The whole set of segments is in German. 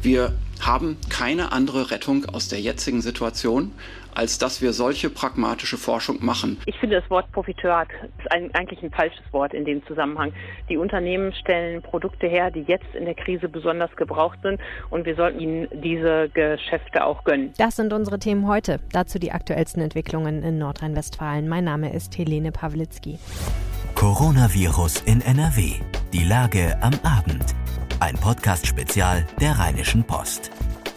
Wir haben keine andere Rettung aus der jetzigen Situation, als dass wir solche pragmatische Forschung machen. Ich finde, das Wort Profiteur ist eigentlich ein falsches Wort in dem Zusammenhang. Die Unternehmen stellen Produkte her, die jetzt in der Krise besonders gebraucht sind, und wir sollten ihnen diese Geschäfte auch gönnen. Das sind unsere Themen heute. Dazu die aktuellsten Entwicklungen in Nordrhein-Westfalen. Mein Name ist Helene Pawlitzki. Coronavirus in NRW. Die Lage am Abend. Ein Podcast-Spezial der Rheinischen Post.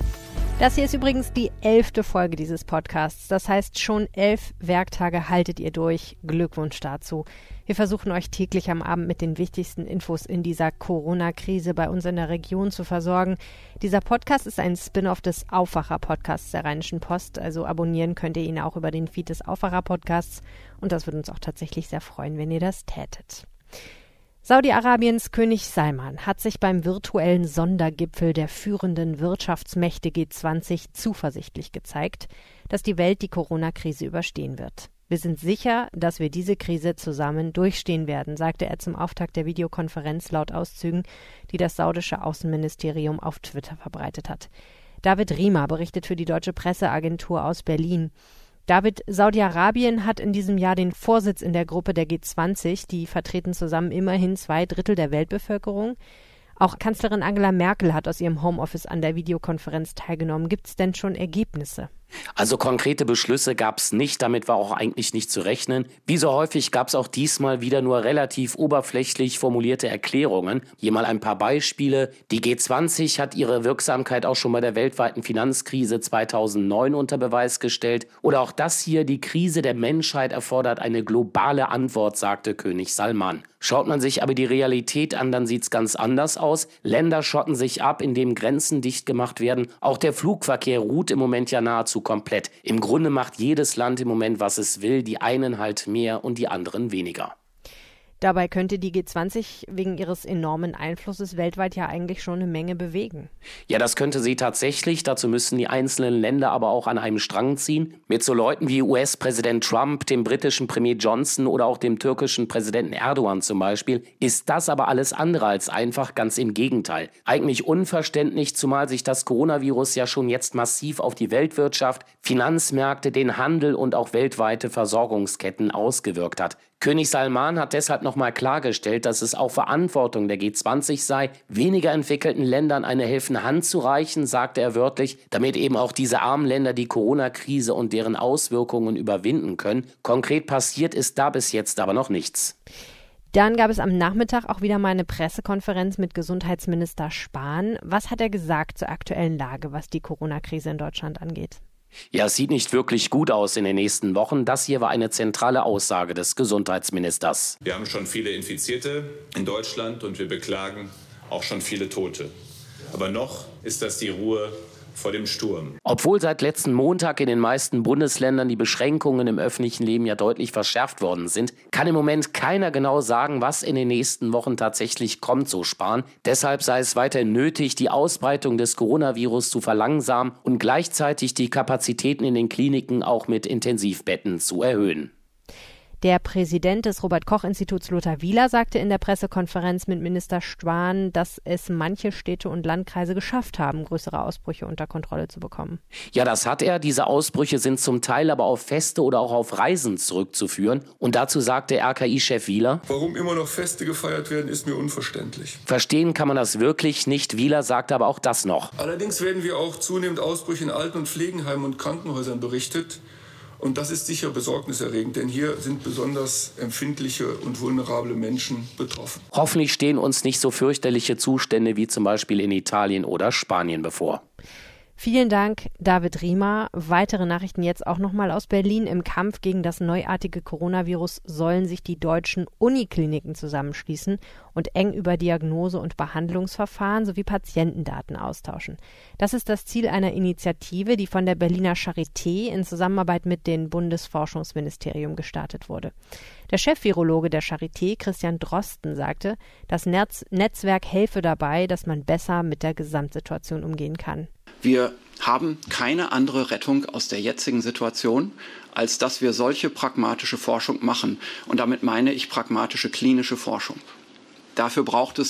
Das hier ist übrigens die 11. Folge dieses Podcasts. Das heißt, schon 11 Werktage haltet ihr durch. Glückwunsch dazu. Wir versuchen euch täglich am Abend mit den wichtigsten Infos in dieser Corona-Krise bei uns in der Region zu versorgen. Dieser Podcast ist ein Spin-off des Aufwacher-Podcasts der Rheinischen Post. Also abonnieren könnt ihr ihn auch über den Feed des Aufwacher-Podcasts. Und das würde uns auch tatsächlich sehr freuen, wenn ihr das tätet. Saudi-Arabiens König Salman hat sich beim virtuellen Sondergipfel der führenden Wirtschaftsmächte G20 zuversichtlich gezeigt, dass die Welt die Corona-Krise überstehen wird. Wir sind sicher, dass wir diese Krise zusammen durchstehen werden, sagte er zum Auftakt der Videokonferenz laut Auszügen, die das saudische Außenministerium auf Twitter verbreitet hat. David Riemer berichtet für die Deutsche Presseagentur aus Berlin. David, Saudi-Arabien hat in diesem Jahr den Vorsitz in der Gruppe der G20. Die vertreten zusammen immerhin 2/3 der Weltbevölkerung. Auch Kanzlerin Angela Merkel hat aus ihrem Homeoffice an der Videokonferenz teilgenommen. Gibt es denn schon Ergebnisse? Also konkrete Beschlüsse gab es nicht, damit war auch eigentlich nicht zu rechnen. Wie so häufig gab es auch diesmal wieder nur relativ oberflächlich formulierte Erklärungen. Hier mal ein paar Beispiele. Die G20 hat ihre Wirksamkeit auch schon bei der weltweiten Finanzkrise 2009 unter Beweis gestellt. Oder auch das hier, die Krise der Menschheit erfordert eine globale Antwort, sagte König Salman. Schaut man sich aber die Realität an, dann sieht es ganz anders aus. Länder schotten sich ab, indem Grenzen dicht gemacht werden. Auch der Flugverkehr ruht im Moment ja nahezu komplett. Im Grunde macht jedes Land im Moment, was es will, die einen halt mehr und die anderen weniger. Dabei könnte die G20 wegen ihres enormen Einflusses weltweit ja eigentlich schon eine Menge bewegen. Ja, das könnte sie tatsächlich. Dazu müssen die einzelnen Länder aber auch an einem Strang ziehen. Mit so Leuten wie US-Präsident Trump, dem britischen Premier Johnson oder auch dem türkischen Präsidenten Erdogan zum Beispiel, ist das aber alles andere als einfach, ganz im Gegenteil. Eigentlich unverständlich, zumal sich das Coronavirus ja schon jetzt massiv auf die Weltwirtschaft, Finanzmärkte, den Handel und auch weltweite Versorgungsketten ausgewirkt hat. König Salman hat deshalb nochmal klargestellt, dass es auch Verantwortung der G20 sei, weniger entwickelten Ländern eine helfende Hand zu reichen, sagte er wörtlich, damit eben auch diese armen Länder die Corona-Krise und deren Auswirkungen überwinden können. Konkret passiert ist da bis jetzt aber noch nichts. Dann gab es am Nachmittag auch wieder mal eine Pressekonferenz mit Gesundheitsminister Spahn. Was hat er gesagt zur aktuellen Lage, was die Corona-Krise in Deutschland angeht? Ja, es sieht nicht wirklich gut aus in den nächsten Wochen. Das hier war eine zentrale Aussage des Gesundheitsministers. Wir haben schon viele Infizierte in Deutschland und wir beklagen auch schon viele Tote. Aber noch ist das die Ruhe vor dem Sturm. Obwohl seit letzten Montag in den meisten Bundesländern die Beschränkungen im öffentlichen Leben ja deutlich verschärft worden sind, kann im Moment keiner genau sagen, was in den nächsten Wochen tatsächlich kommt, so Spahn. Deshalb sei es weiterhin nötig, die Ausbreitung des Coronavirus zu verlangsamen und gleichzeitig die Kapazitäten in den Kliniken auch mit Intensivbetten zu erhöhen. Der Präsident des Robert-Koch-Instituts Lothar Wieler sagte in der Pressekonferenz mit Minister Spahn, dass es manche Städte und Landkreise geschafft haben, größere Ausbrüche unter Kontrolle zu bekommen. Ja, das hat er. Diese Ausbrüche sind zum Teil aber auf Feste oder auch auf Reisen zurückzuführen. Und dazu sagte RKI-Chef Wieler: Warum immer noch Feste gefeiert werden, ist mir unverständlich. Verstehen kann man das wirklich nicht. Wieler sagte aber auch das noch. Allerdings werden wir auch zunehmend Ausbrüche in Alten- und Pflegenheimen und Krankenhäusern berichtet. Und das ist sicher besorgniserregend, denn hier sind besonders empfindliche und vulnerable Menschen betroffen. Hoffentlich stehen uns nicht so fürchterliche Zustände wie zum Beispiel in Italien oder Spanien bevor. Vielen Dank, David Riemer. Weitere Nachrichten jetzt auch nochmal aus Berlin. Im Kampf gegen das neuartige Coronavirus sollen sich die deutschen Unikliniken zusammenschließen und eng über Diagnose- und Behandlungsverfahren sowie Patientendaten austauschen. Das ist das Ziel einer Initiative, die von der Berliner Charité in Zusammenarbeit mit dem Bundesforschungsministerium gestartet wurde. Der Chef-Virologe der Charité, Christian Drosten, sagte, das Netzwerk helfe dabei, dass man besser mit der Gesamtsituation umgehen kann. Wir haben keine andere Rettung aus der jetzigen Situation, als dass wir solche pragmatische Forschung machen. Und damit meine ich pragmatische klinische Forschung. Dafür braucht es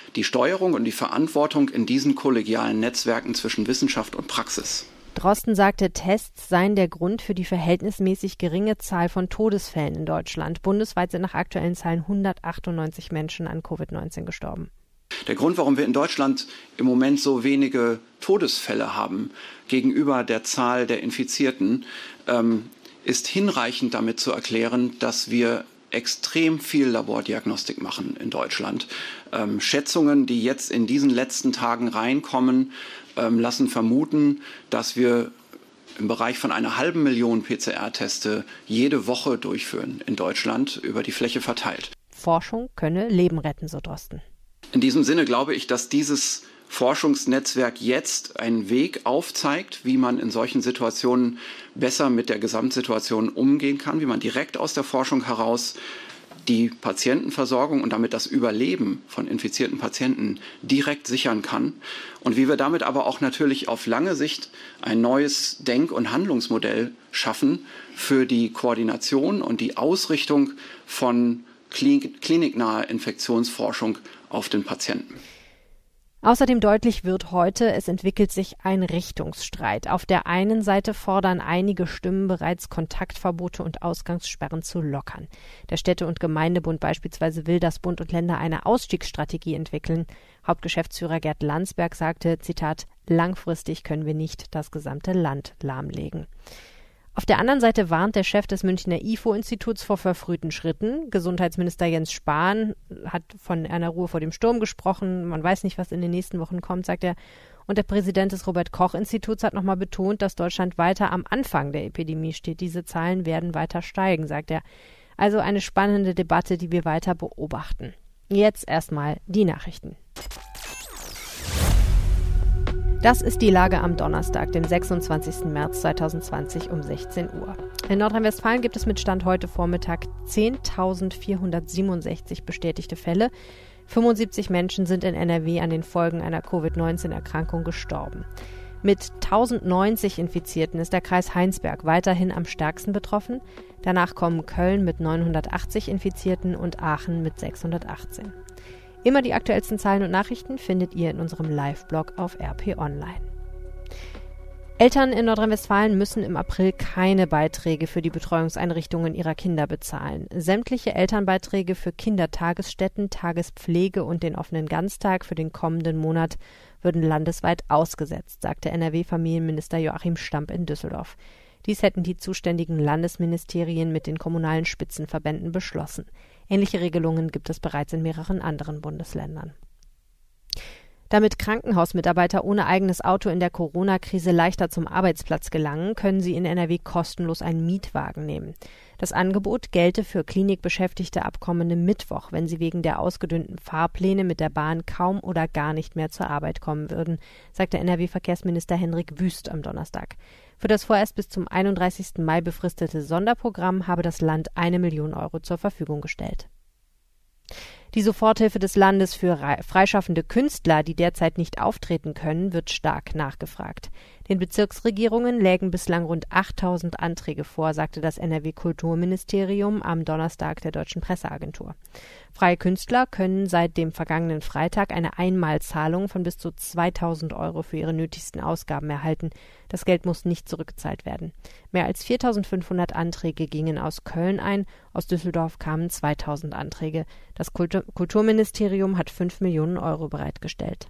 die Steuerung und die Verantwortung in diesen kollegialen Netzwerken zwischen Wissenschaft und Praxis. Drosten sagte, Tests seien der Grund für die verhältnismäßig geringe Zahl von Todesfällen in Deutschland. Bundesweit sind nach aktuellen Zahlen 198 Menschen an Covid-19 gestorben. Der Grund, warum wir in Deutschland im Moment so wenige Todesfälle haben gegenüber der Zahl der Infizierten, ist hinreichend damit zu erklären, dass wir extrem viel Labordiagnostik machen in Deutschland. Schätzungen, die jetzt in diesen letzten Tagen reinkommen, lassen vermuten, dass wir im Bereich von 500.000 PCR-Teste jede Woche durchführen in Deutschland, über die Fläche verteilt. Forschung könne Leben retten, so Drosten. In diesem Sinne glaube ich, dass dieses Forschungsnetzwerk jetzt einen Weg aufzeigt, wie man in solchen Situationen besser mit der Gesamtsituation umgehen kann, wie man direkt aus der Forschung heraus die Patientenversorgung und damit das Überleben von infizierten Patienten direkt sichern kann und wie wir damit aber auch natürlich auf lange Sicht ein neues Denk- und Handlungsmodell schaffen für die Koordination und die Ausrichtung von kliniknaher Infektionsforschung auf den Patienten. Außerdem deutlich wird heute, es entwickelt sich ein Richtungsstreit. Auf der einen Seite fordern einige Stimmen bereits, Kontaktverbote und Ausgangssperren zu lockern. Der Städte- und Gemeindebund beispielsweise will, dass Bund und Länder eine Ausstiegsstrategie entwickeln. Hauptgeschäftsführer Gerd Landsberg sagte, Zitat, langfristig können wir nicht das gesamte Land lahmlegen. Auf der anderen Seite warnt der Chef des Münchner IFO-Instituts vor verfrühten Schritten. Gesundheitsminister Jens Spahn hat von einer Ruhe vor dem Sturm gesprochen. Man weiß nicht, was in den nächsten Wochen kommt, sagt er. Und der Präsident des Robert-Koch-Instituts hat nochmal betont, dass Deutschland weiter am Anfang der Epidemie steht. Diese Zahlen werden weiter steigen, sagt er. Also eine spannende Debatte, die wir weiter beobachten. Jetzt erstmal die Nachrichten. Das ist die Lage am Donnerstag, dem 26. März 2020 um 16 Uhr. In Nordrhein-Westfalen gibt es mit Stand heute Vormittag 10.467 bestätigte Fälle. 75 Menschen sind in NRW an den Folgen einer Covid-19-Erkrankung gestorben. Mit 1090 Infizierten ist der Kreis Heinsberg weiterhin am stärksten betroffen. Danach kommen Köln mit 980 Infizierten und Aachen mit 618. Immer die aktuellsten Zahlen und Nachrichten findet ihr in unserem Live-Blog auf RP Online. Eltern in Nordrhein-Westfalen müssen im April keine Beiträge für die Betreuungseinrichtungen ihrer Kinder bezahlen. Sämtliche Elternbeiträge für Kindertagesstätten, Tagespflege und den offenen Ganztag für den kommenden Monat würden landesweit ausgesetzt, sagte NRW-Familienminister Joachim Stamp in Düsseldorf. Dies hätten die zuständigen Landesministerien mit den kommunalen Spitzenverbänden beschlossen. Ähnliche Regelungen gibt es bereits in mehreren anderen Bundesländern. Damit Krankenhausmitarbeiter ohne eigenes Auto in der Corona-Krise leichter zum Arbeitsplatz gelangen, können sie in NRW kostenlos einen Mietwagen nehmen. Das Angebot gelte für Klinikbeschäftigte ab kommendem Mittwoch, wenn sie wegen der ausgedünnten Fahrpläne mit der Bahn kaum oder gar nicht mehr zur Arbeit kommen würden, sagte NRW-Verkehrsminister Henrik Wüst am Donnerstag. Für das vorerst bis zum 31. Mai befristete Sonderprogramm habe das Land 1 Million Euro zur Verfügung gestellt. Die Soforthilfe des Landes für freischaffende Künstler, die derzeit nicht auftreten können, wird stark nachgefragt. Den Bezirksregierungen lägen bislang rund 8.000 Anträge vor, sagte das NRW-Kulturministerium am Donnerstag der Deutschen Presseagentur. Freie Künstler können seit dem vergangenen Freitag eine Einmalzahlung von bis zu 2.000 Euro für ihre nötigsten Ausgaben erhalten. Das Geld muss nicht zurückgezahlt werden. Mehr als 4.500 Anträge gingen aus Köln ein, aus Düsseldorf kamen 2.000 Anträge. Das Kulturministerium hat 5 Millionen Euro bereitgestellt.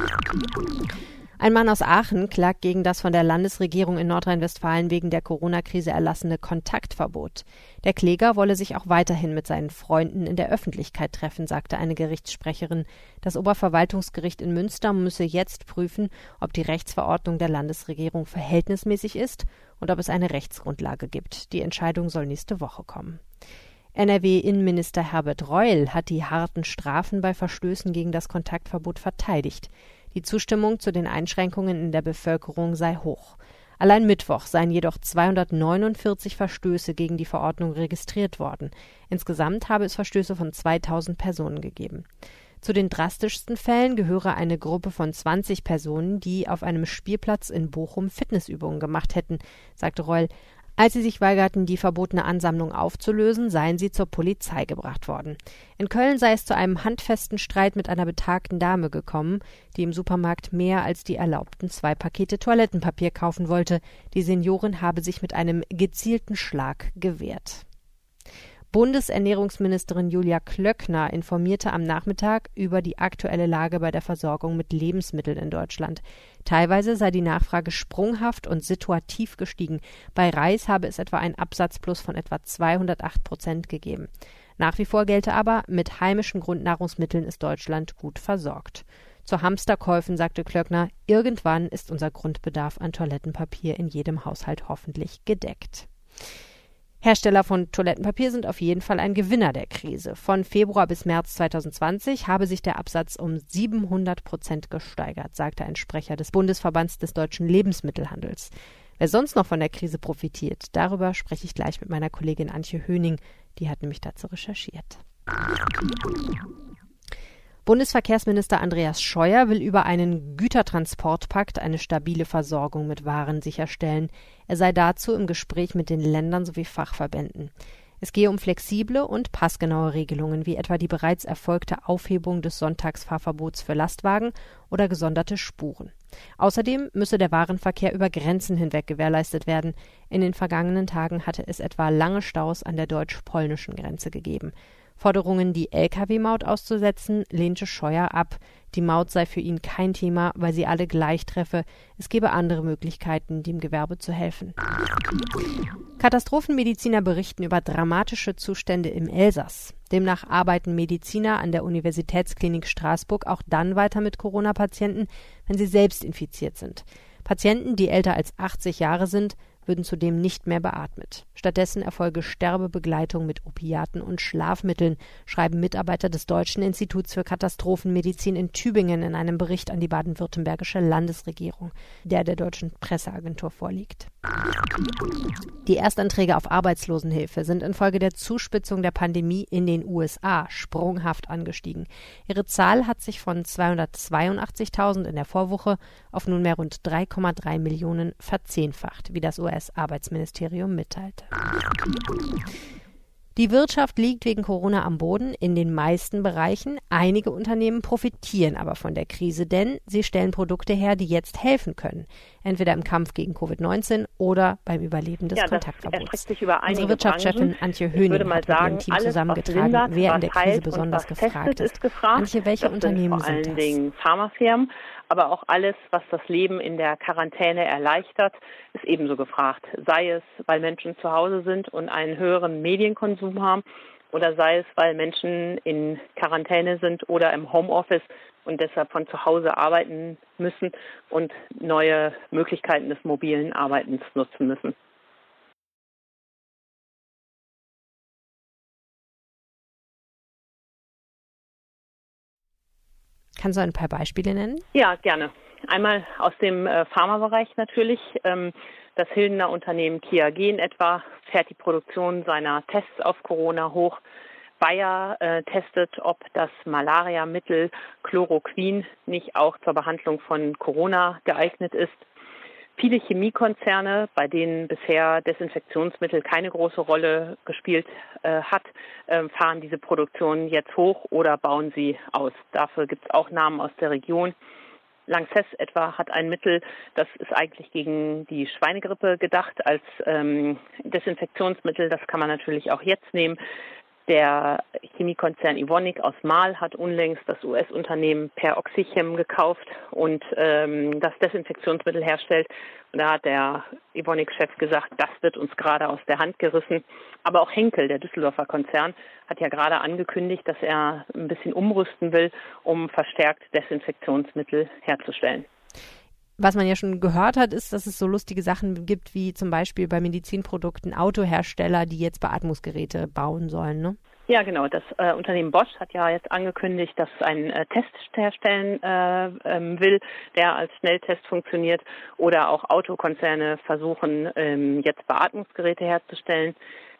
Ein Mann aus Aachen klagt gegen das von der Landesregierung in Nordrhein-Westfalen wegen der Corona-Krise erlassene Kontaktverbot. Der Kläger wolle sich auch weiterhin mit seinen Freunden in der Öffentlichkeit treffen, sagte eine Gerichtssprecherin. Das Oberverwaltungsgericht in Münster müsse jetzt prüfen, ob die Rechtsverordnung der Landesregierung verhältnismäßig ist und ob es eine Rechtsgrundlage gibt. Die Entscheidung soll nächste Woche kommen. NRW-Innenminister Herbert Reul hat die harten Strafen bei Verstößen gegen das Kontaktverbot verteidigt. Die Zustimmung zu den Einschränkungen in der Bevölkerung sei hoch. Allein Mittwoch seien jedoch 249 Verstöße gegen die Verordnung registriert worden. Insgesamt habe es Verstöße von 2.000 Personen gegeben. Zu den drastischsten Fällen gehöre eine Gruppe von 20 Personen, die auf einem Spielplatz in Bochum Fitnessübungen gemacht hätten, sagte Reul. Als sie sich weigerten, die verbotene Ansammlung aufzulösen, seien sie zur Polizei gebracht worden. In Köln sei es zu einem handfesten Streit mit einer betagten Dame gekommen, die im Supermarkt mehr als die erlaubten 2 Pakete Toilettenpapier kaufen wollte. Die Seniorin habe sich mit einem gezielten Schlag gewehrt. Bundesernährungsministerin Julia Klöckner informierte am Nachmittag über die aktuelle Lage bei der Versorgung mit Lebensmitteln in Deutschland. Teilweise sei die Nachfrage sprunghaft und situativ gestiegen. Bei Reis habe es etwa einen Absatzplus von etwa 208% gegeben. Nach wie vor gelte aber, mit heimischen Grundnahrungsmitteln ist Deutschland gut versorgt. Zu Hamsterkäufen sagte Klöckner, irgendwann ist unser Grundbedarf an Toilettenpapier in jedem Haushalt hoffentlich gedeckt. Hersteller von Toilettenpapier sind auf jeden Fall ein Gewinner der Krise. Von Februar bis März 2020 habe sich der Absatz um 700% gesteigert, sagte ein Sprecher des Bundesverbands des deutschen Lebensmittelhandels. Wer sonst noch von der Krise profitiert, darüber spreche ich gleich mit meiner Kollegin Antje Höning. Die hat nämlich dazu recherchiert. Bundesverkehrsminister Andreas Scheuer will über einen Gütertransportpakt eine stabile Versorgung mit Waren sicherstellen. Er sei dazu im Gespräch mit den Ländern sowie Fachverbänden. Es gehe um flexible und passgenaue Regelungen, wie etwa die bereits erfolgte Aufhebung des Sonntagsfahrverbots für Lastwagen oder gesonderte Spuren. Außerdem müsse der Warenverkehr über Grenzen hinweg gewährleistet werden. In den vergangenen Tagen hatte es etwa lange Staus an der deutsch-polnischen Grenze gegeben. Forderungen, die Lkw-Maut auszusetzen, lehnte Scheuer ab. Die Maut sei für ihn kein Thema, weil sie alle gleich treffe. Es gebe andere Möglichkeiten, dem Gewerbe zu helfen. Katastrophenmediziner berichten über dramatische Zustände im Elsass. Demnach arbeiten Mediziner an der Universitätsklinik Straßburg auch dann weiter mit Corona-Patienten, wenn sie selbst infiziert sind. Patienten, die älter als 80 Jahre sind, würden zudem nicht mehr beatmet. Stattdessen erfolge Sterbebegleitung mit Opiaten und Schlafmitteln, schreiben Mitarbeiter des Deutschen Instituts für Katastrophenmedizin in Tübingen in einem Bericht an die baden-württembergische Landesregierung, der Deutschen Presseagentur vorliegt. Die Erstanträge auf Arbeitslosenhilfe sind infolge der Zuspitzung der Pandemie in den USA sprunghaft angestiegen. Ihre Zahl hat sich von 282.000 in der Vorwoche auf nunmehr rund 3,3 Millionen verzehnfacht, wie das US-Arbeitsministerium mitteilte. Die Wirtschaft liegt wegen Corona am Boden in den meisten Bereichen. Einige Unternehmen profitieren aber von der Krise, denn sie stellen Produkte her, die jetzt helfen können. Entweder im Kampf gegen Covid-19 oder beim Überleben des Kontaktverbots. Unsere Wirtschaftschefin Antje Höning hat mit ihrem Team zusammengetragen, wer in der Krise besonders gefragt ist. Antje, welche Unternehmen sind das? Vor allen Dingen Pharmafirmen, aber auch alles, was das Leben in der Quarantäne erleichtert, ist ebenso gefragt. Sei es, weil Menschen zu Hause sind und einen höheren Medienkonsum haben, oder sei es, weil Menschen in Quarantäne sind oder im Homeoffice und deshalb von zu Hause arbeiten müssen und neue Möglichkeiten des mobilen Arbeitens nutzen müssen. Kannst du ein paar Beispiele nennen? Ja, gerne. Einmal aus dem Pharmabereich natürlich. Das Hildener Unternehmen Qiagen etwa fährt die Produktion seiner Tests auf Corona hoch. Bayer testet, ob das Malariamittel Chloroquin nicht auch zur Behandlung von Corona geeignet ist. Viele Chemiekonzerne, bei denen bisher Desinfektionsmittel keine große Rolle gespielt hat, fahren diese Produktion jetzt hoch oder bauen sie aus. Dafür gibt es auch Namen aus der Region. Lanxess etwa hat ein Mittel, das ist eigentlich gegen die Schweinegrippe gedacht als Desinfektionsmittel. Das kann man natürlich auch jetzt nehmen. Der Chemiekonzern Evonik aus Marl hat unlängst das US-Unternehmen Peroxychem gekauft und das Desinfektionsmittel herstellt. Und da hat der Evonik-Chef gesagt, das wird uns gerade aus der Hand gerissen. Aber auch Henkel, der Düsseldorfer Konzern, hat ja gerade angekündigt, dass er ein bisschen umrüsten will, um verstärkt Desinfektionsmittel herzustellen. Was man ja schon gehört hat, ist, dass es so lustige Sachen gibt, wie zum Beispiel bei Medizinprodukten Autohersteller, die jetzt Beatmungsgeräte bauen sollen, ne? Ja, genau. Das Unternehmen Bosch hat ja jetzt angekündigt, dass es einen Test herstellen will, der als Schnelltest funktioniert. Oder auch Autokonzerne versuchen, jetzt Beatmungsgeräte herzustellen.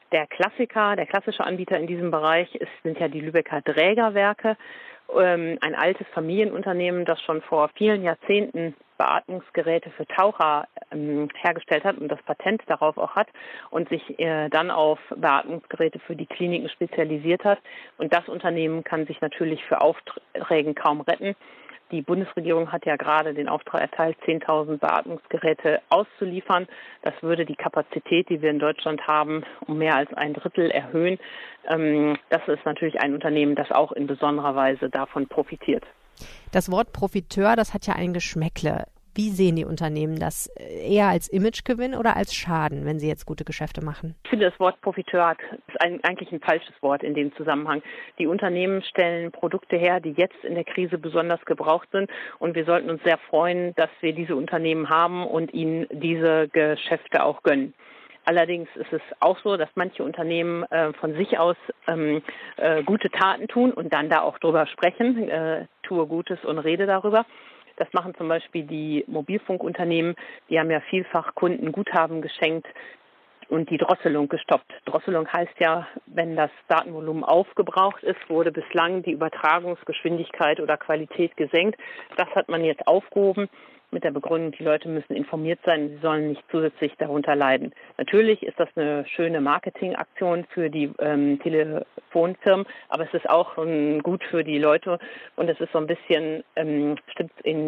Der klassische Anbieter in diesem Bereich sind ja die Lübecker Drägerwerke, ein altes Familienunternehmen, das schon vor vielen Jahrzehnten Beatmungsgeräte für Taucher hergestellt hat und das Patent darauf auch hat und sich dann auf Beatmungsgeräte für die Kliniken spezialisiert hat. Und das Unternehmen kann sich natürlich für Aufträge kaum retten. Die Bundesregierung hat ja gerade den Auftrag erteilt, 10.000 Beatmungsgeräte auszuliefern. Das würde die Kapazität, die wir in Deutschland haben, um mehr als 1/3 erhöhen. Das ist natürlich ein Unternehmen, das auch in besonderer Weise davon profitiert. Das Wort Profiteur, das hat ja ein Geschmäckle. Wie sehen die Unternehmen das? Eher als Imagegewinn oder als Schaden, wenn sie jetzt gute Geschäfte machen? Ich finde, das Wort Profiteur ist eigentlich ein falsches Wort in dem Zusammenhang. Die Unternehmen stellen Produkte her, die jetzt in der Krise besonders gebraucht sind. Und wir sollten uns sehr freuen, dass wir diese Unternehmen haben und ihnen diese Geschäfte auch gönnen. Allerdings ist es auch so, dass manche Unternehmen von sich aus gute Taten tun und dann da auch drüber sprechen, tue Gutes und rede darüber. Das machen zum Beispiel die Mobilfunkunternehmen. Die haben ja vielfach Kunden Guthaben geschenkt und die Drosselung gestoppt. Drosselung heißt ja, wenn das Datenvolumen aufgebraucht ist, wurde bislang die Übertragungsgeschwindigkeit oder Qualität gesenkt. Das hat man jetzt aufgehoben mit der Begründung, die Leute müssen informiert sein, sie sollen nicht zusätzlich darunter leiden. Natürlich ist das eine schöne Marketingaktion für die Telefonfirmen, aber es ist auch gut für die Leute und es ist so ein bisschen, stimmt in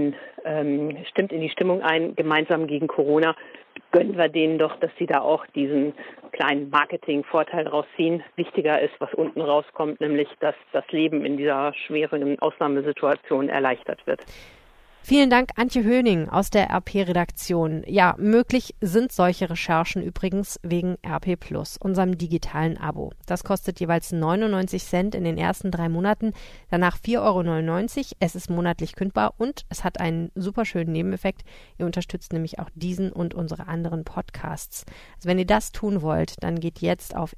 die Stimmung ein, gemeinsam gegen Corona. Gönnen wir denen doch, dass sie da auch diesen kleinen Marketing-Vorteil rausziehen. Wichtiger ist, was unten rauskommt, nämlich, dass das Leben in dieser schweren Ausnahmesituation erleichtert wird. Vielen Dank, Antje Höning aus der RP-Redaktion. Ja, möglich sind solche Recherchen übrigens wegen RP+, unserem digitalen Abo. Das kostet jeweils 99 Cent in den ersten 3 Monaten, danach 4,99 €. Es ist monatlich kündbar und es hat einen super schönen Nebeneffekt. Ihr unterstützt nämlich auch diesen und unsere anderen Podcasts. Also wenn ihr das tun wollt, dann geht jetzt auf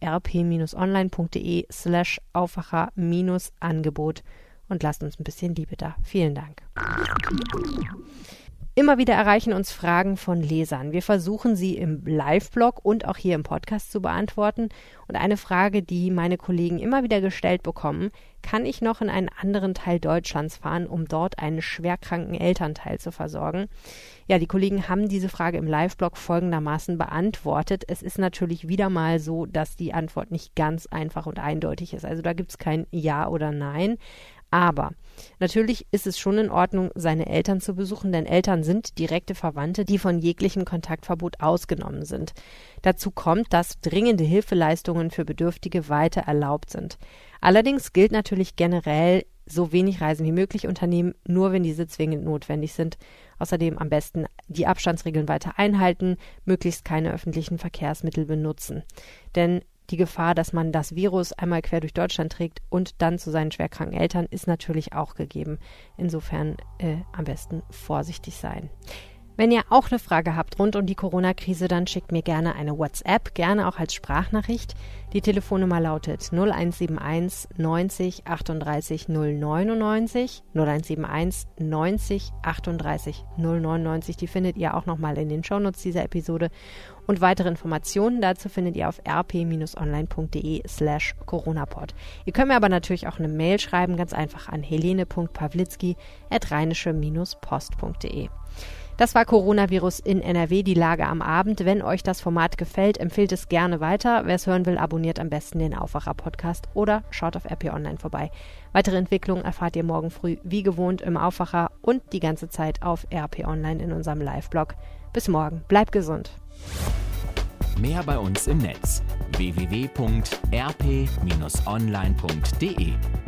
rp-online.de/Aufwacher-Angebot und lasst uns ein bisschen Liebe da. Vielen Dank. Immer wieder erreichen uns Fragen von Lesern. Wir versuchen sie im Live-Blog und auch hier im Podcast zu beantworten. Und eine Frage, die meine Kollegen immer wieder gestellt bekommen: Kann ich noch in einen anderen Teil Deutschlands fahren, um dort einen schwerkranken Elternteil zu versorgen? Ja, die Kollegen haben diese Frage im Live-Blog folgendermaßen beantwortet. Es ist natürlich wieder mal so, dass die Antwort nicht ganz einfach und eindeutig ist. Also da gibt es kein Ja oder Nein. Aber natürlich ist es schon in Ordnung, seine Eltern zu besuchen, denn Eltern sind direkte Verwandte, die von jeglichem Kontaktverbot ausgenommen sind. Dazu kommt, dass dringende Hilfeleistungen für Bedürftige weiter erlaubt sind. Allerdings gilt natürlich generell, so wenig Reisen wie möglich unternehmen, nur wenn diese zwingend notwendig sind. Außerdem am besten die Abstandsregeln weiter einhalten, möglichst keine öffentlichen Verkehrsmittel benutzen. Denn die Gefahr, dass man das Virus einmal quer durch Deutschland trägt und dann zu seinen schwerkranken Eltern, ist natürlich auch gegeben. Insofern am besten vorsichtig sein. Wenn ihr auch eine Frage habt rund um die Corona-Krise, dann schickt mir gerne eine WhatsApp, gerne auch als Sprachnachricht. Die Telefonnummer lautet 0171 90 38 099, 0171 90 38 099. Die findet ihr auch nochmal in den Shownotes dieser Episode. Und weitere Informationen dazu findet ihr auf rp-online.de/coronapod. Ihr könnt mir aber natürlich auch eine Mail schreiben, ganz einfach an helene.pawlitzki@rheinische-post.de. Das war Coronavirus in NRW, die Lage am Abend. Wenn euch das Format gefällt, empfehlt es gerne weiter. Wer es hören will, abonniert am besten den Aufwacher-Podcast oder schaut auf RP Online vorbei. Weitere Entwicklungen erfahrt ihr morgen früh wie gewohnt im Aufwacher und die ganze Zeit auf RP Online in unserem Live-Blog. Bis morgen, bleibt gesund. Mehr bei uns im Netz: www.rp-online.de